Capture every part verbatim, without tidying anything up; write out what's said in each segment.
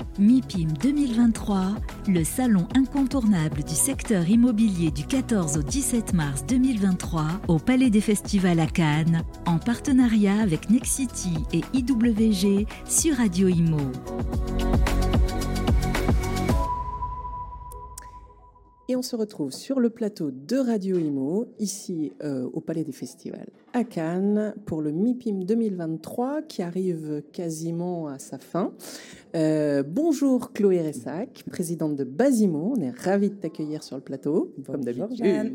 MIPIM deux mille vingt-trois, le salon incontournable du secteur immobilier du quatorze au dix-sept mars deux mille vingt-trois au Palais des Festivals à Cannes, en partenariat avec Nexity et I W G sur Radio Imo. Et on se retrouve sur le plateau de Radio Imo, ici euh, au Palais des Festivals à Cannes, pour le MIPIM deux mille vingt-trois qui arrive quasiment à sa fin. Euh, bonjour Chloé Ressac, présidente de Basimo. On est ravis de t'accueillir sur le plateau, bonjour, comme d'habitude.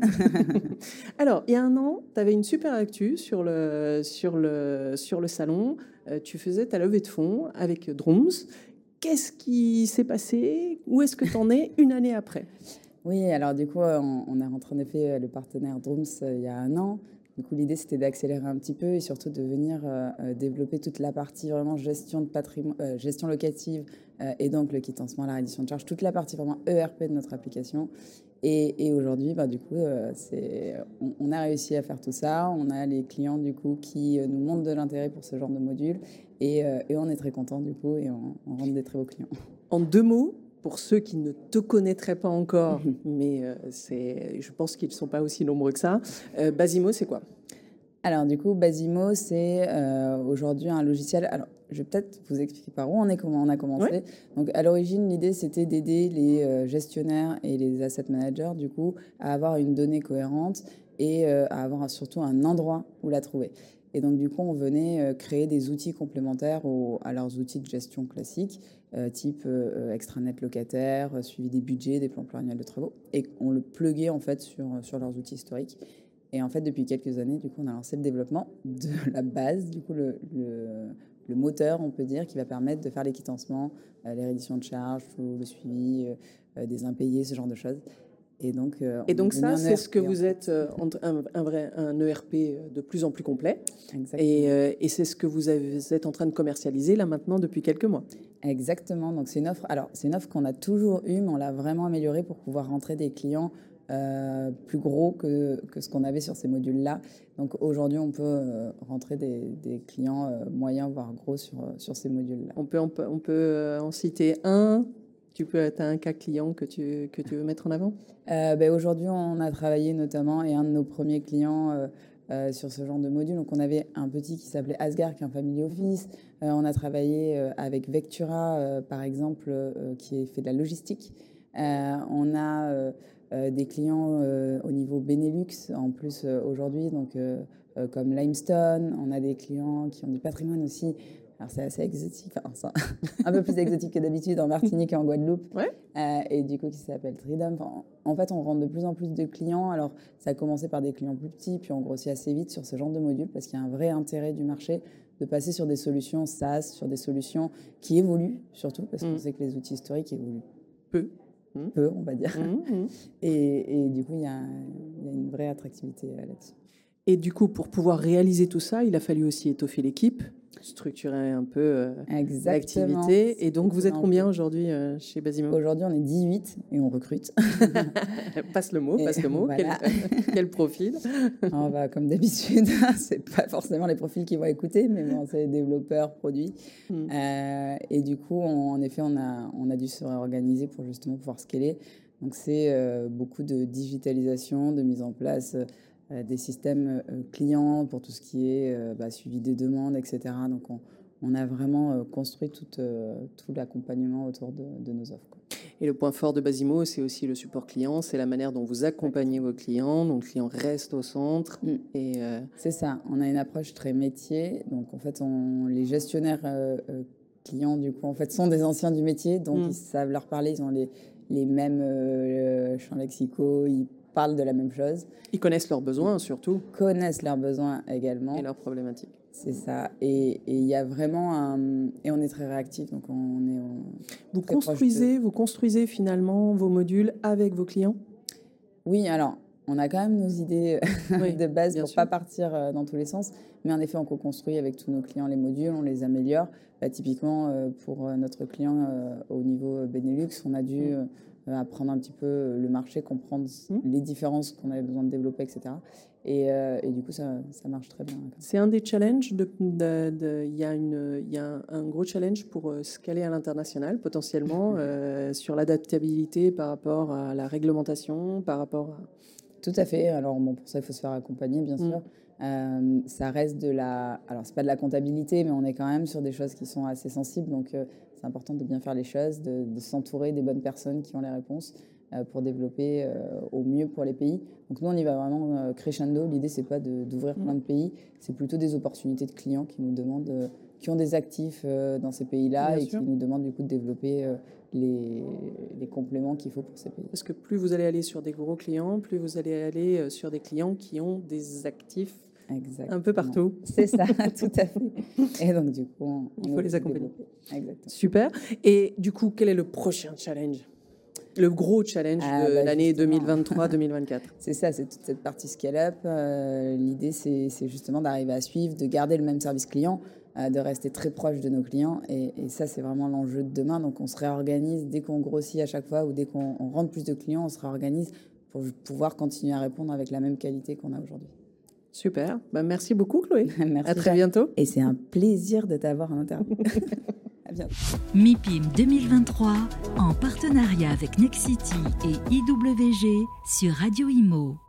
Alors, il y a un an, tu avais une super actu sur le, sur le, sur le salon. Euh, tu faisais ta levée de fonds avec Drooms. Qu'est-ce qui s'est passé? Où est-ce que tu en es une année après? Oui, alors du coup, on, on a rentré en effet le partenaire Drooms euh, il y a un an. Du coup, l'idée, c'était d'accélérer un petit peu et surtout de venir euh, développer toute la partie vraiment gestion de patrimoine, euh, gestion locative euh, et donc le quittancement, la reddition de charges, toute la partie vraiment E R P de notre application. Et, et aujourd'hui, bah, du coup, euh, c'est, on, on a réussi à faire tout ça. On a les clients du coup qui nous montrent de l'intérêt pour ce genre de module et, euh, et on est très contents du coup et on, on rentre des très beaux clients. En deux mots, pour ceux qui ne te connaîtraient pas encore, mmh. mais euh, c'est, je pense qu'ils ne sont pas aussi nombreux que ça, euh, Basimo, c'est quoi? Alors, du coup, Basimo, c'est euh, aujourd'hui un logiciel. Alors, je vais peut-être vous expliquer par où on, est, comment on a commencé. Ouais. Donc, à l'origine, l'idée, c'était d'aider les euh, gestionnaires et les asset managers, du coup, à avoir une donnée cohérente et euh, à avoir surtout un endroit où la trouver. Et donc, du coup, on venait euh, créer des outils complémentaires aux, à leurs outils de gestion classiques, euh, type euh, extranet locataire, euh, suivi des budgets, des plans pluriannuels de travaux. Et on le pluguait, en fait, sur, sur leurs outils historiques. Et en fait, depuis quelques années, du coup, on a lancé le développement de la base, du coup, le, le, le moteur, on peut dire, qui va permettre de faire les quittancements, euh, les redditions de charges, tout le suivi euh, des impayés, ce genre de choses. Et donc, euh, et donc ça, c'est ce que vous êtes, euh, un, un, vrai, un E R P de plus en plus complet. Exactement. Et, euh, et c'est ce que vous, avez, vous êtes en train de commercialiser là maintenant depuis quelques mois. Exactement. Donc c'est une offre. Alors c'est une offre qu'on a toujours eue, mais on l'a vraiment améliorée pour pouvoir rentrer des clients euh, plus gros que, que ce qu'on avait sur ces modules-là. Donc aujourd'hui, on peut euh, rentrer des, des clients euh, moyens voire gros sur sur ces modules-là. On peut on peut on peut en citer un. Tu peux, as un cas client que tu, que tu veux mettre en avant? euh, ben Aujourd'hui, on a travaillé notamment, et un de nos premiers clients euh, euh, sur ce genre de module, donc on avait un petit qui s'appelait Asgard, qui est un family office. Euh, on a travaillé euh, avec Vectura, euh, par exemple, euh, qui fait de la logistique. Euh, on a euh, euh, des clients euh, au niveau Benelux, en plus euh, aujourd'hui, donc euh, euh, comme Limestone. On a des clients qui ont du patrimoine aussi. Alors, c'est assez exotique, enfin, un peu plus exotique que d'habitude en Martinique et en Guadeloupe. Ouais. Euh, et du coup, qui s'appelle Tridom. Enfin, en fait, on rentre de plus en plus de clients. Alors, ça a commencé par des clients plus petits, puis on grossit assez vite sur ce genre de module parce qu'il y a un vrai intérêt du marché de passer sur des solutions SaaS, sur des solutions qui évoluent, surtout, parce mmh. qu'on sait que les outils historiques évoluent peu. Mmh. Peu, on va dire. Mmh. Et, et du coup, il y a, il y a une vraie attractivité là-dessus. Et du coup, pour pouvoir réaliser tout ça, il a fallu aussi étoffer l'équipe, structurer un peu euh, l'activité. Et donc, vous êtes combien aujourd'hui euh, chez Basimo? Aujourd'hui, on est dix-huit et on recrute. Passe le mot, et passe le mot. Voilà. Quel, quel profil? On va, comme d'habitude, c'est pas forcément les profils qui vont écouter, mais bon, c'est développeurs, produits. Mm. Euh, et du coup, on, en effet, on a, on a dû se réorganiser pour justement pouvoir scaler. Donc, c'est euh, beaucoup de digitalisation, de mise en place euh, des systèmes euh, clients pour tout ce qui est euh, bah, suivi des demandes, et cetera. Donc, on, on a vraiment euh, construit tout, euh, tout l'accompagnement autour de, de nos offres, quoi. Et le point fort de Basimo, c'est aussi le support client, c'est la manière dont vous accompagnez vos clients, donc le client reste au centre. Mm. Et euh... C'est ça, on a une approche très métier. Donc, en fait, on, les gestionnaires euh, clients, du coup, en fait, sont des anciens du métier, donc mm. ils savent leur parler, ils ont les, les mêmes euh, champs lexicaux, ils parlent de la même chose. Ils connaissent leurs besoins, surtout. Ils connaissent leurs besoins également. Et leurs problématiques. C'est ça. Et il y a vraiment un... Et on est très réactif, donc on est... On... Vous construisez, de... vous construisez finalement vos modules avec vos clients? Oui, alors, on a quand même nos idées oui, de base pour ne pas partir dans tous les sens. Mais en effet, on co-construit avec tous nos clients les modules, on les améliore. Bah, typiquement, pour notre client au niveau Benelux, on a dû... apprendre un petit peu le marché, comprendre Mmh. les différences qu'on avait besoin de développer, et cetera. Et, euh, et du coup, ça, ça marche très bien. C'est un des challenges. De, de, de, il y a, une, il y a un, un gros challenge pour euh, scaler à l'international, potentiellement, euh, sur l'adaptabilité par rapport à la réglementation, par rapport à... Tout à fait. Alors, bon, pour ça, il faut se faire accompagner, bien sûr. Mmh. Euh, ça reste de la... Alors, c'est pas de la comptabilité, mais on est quand même sur des choses qui sont assez sensibles. Donc, euh, c'est important de bien faire les choses, de, de s'entourer des bonnes personnes qui ont les réponses euh, pour développer euh, au mieux pour les pays. Donc, nous, on y va vraiment euh, crescendo. L'idée, c'est pas de, d'ouvrir mmh. plein de pays. C'est plutôt des opportunités de clients qui nous demandent... Euh, qui ont des actifs euh, dans ces pays-là bien et sûr. Qui nous demandent du coup de développer euh, les, les compléments qu'il faut pour ces pays. Parce que plus vous allez aller sur des gros clients, plus vous allez aller sur des clients qui ont des actifs Exactement. Un peu partout. C'est ça, tout à fait. Et donc du coup, on, il faut les accompagner. Exactement. Super. Et du coup, quel est le prochain challenge ? Le gros challenge ah, de bah l'année deux mille vingt-trois deux mille vingt-quatre. C'est ça, c'est toute cette partie scale-up. Euh, l'idée, c'est, c'est justement d'arriver à suivre, de garder le même service client, euh, de rester très proche de nos clients. Et, et ça, c'est vraiment l'enjeu de demain. Donc, on se réorganise dès qu'on grossit à chaque fois ou dès qu'on on rentre plus de clients, on se réorganise pour pouvoir continuer à répondre avec la même qualité qu'on a aujourd'hui. Super. Bah, merci beaucoup, Chloé. Merci. À très bientôt. Et c'est un plaisir de t'avoir en interview. À bientôt. MIPIM deux mille vingt-trois, en partenariat avec Nexity et I W G sur Radio Imo.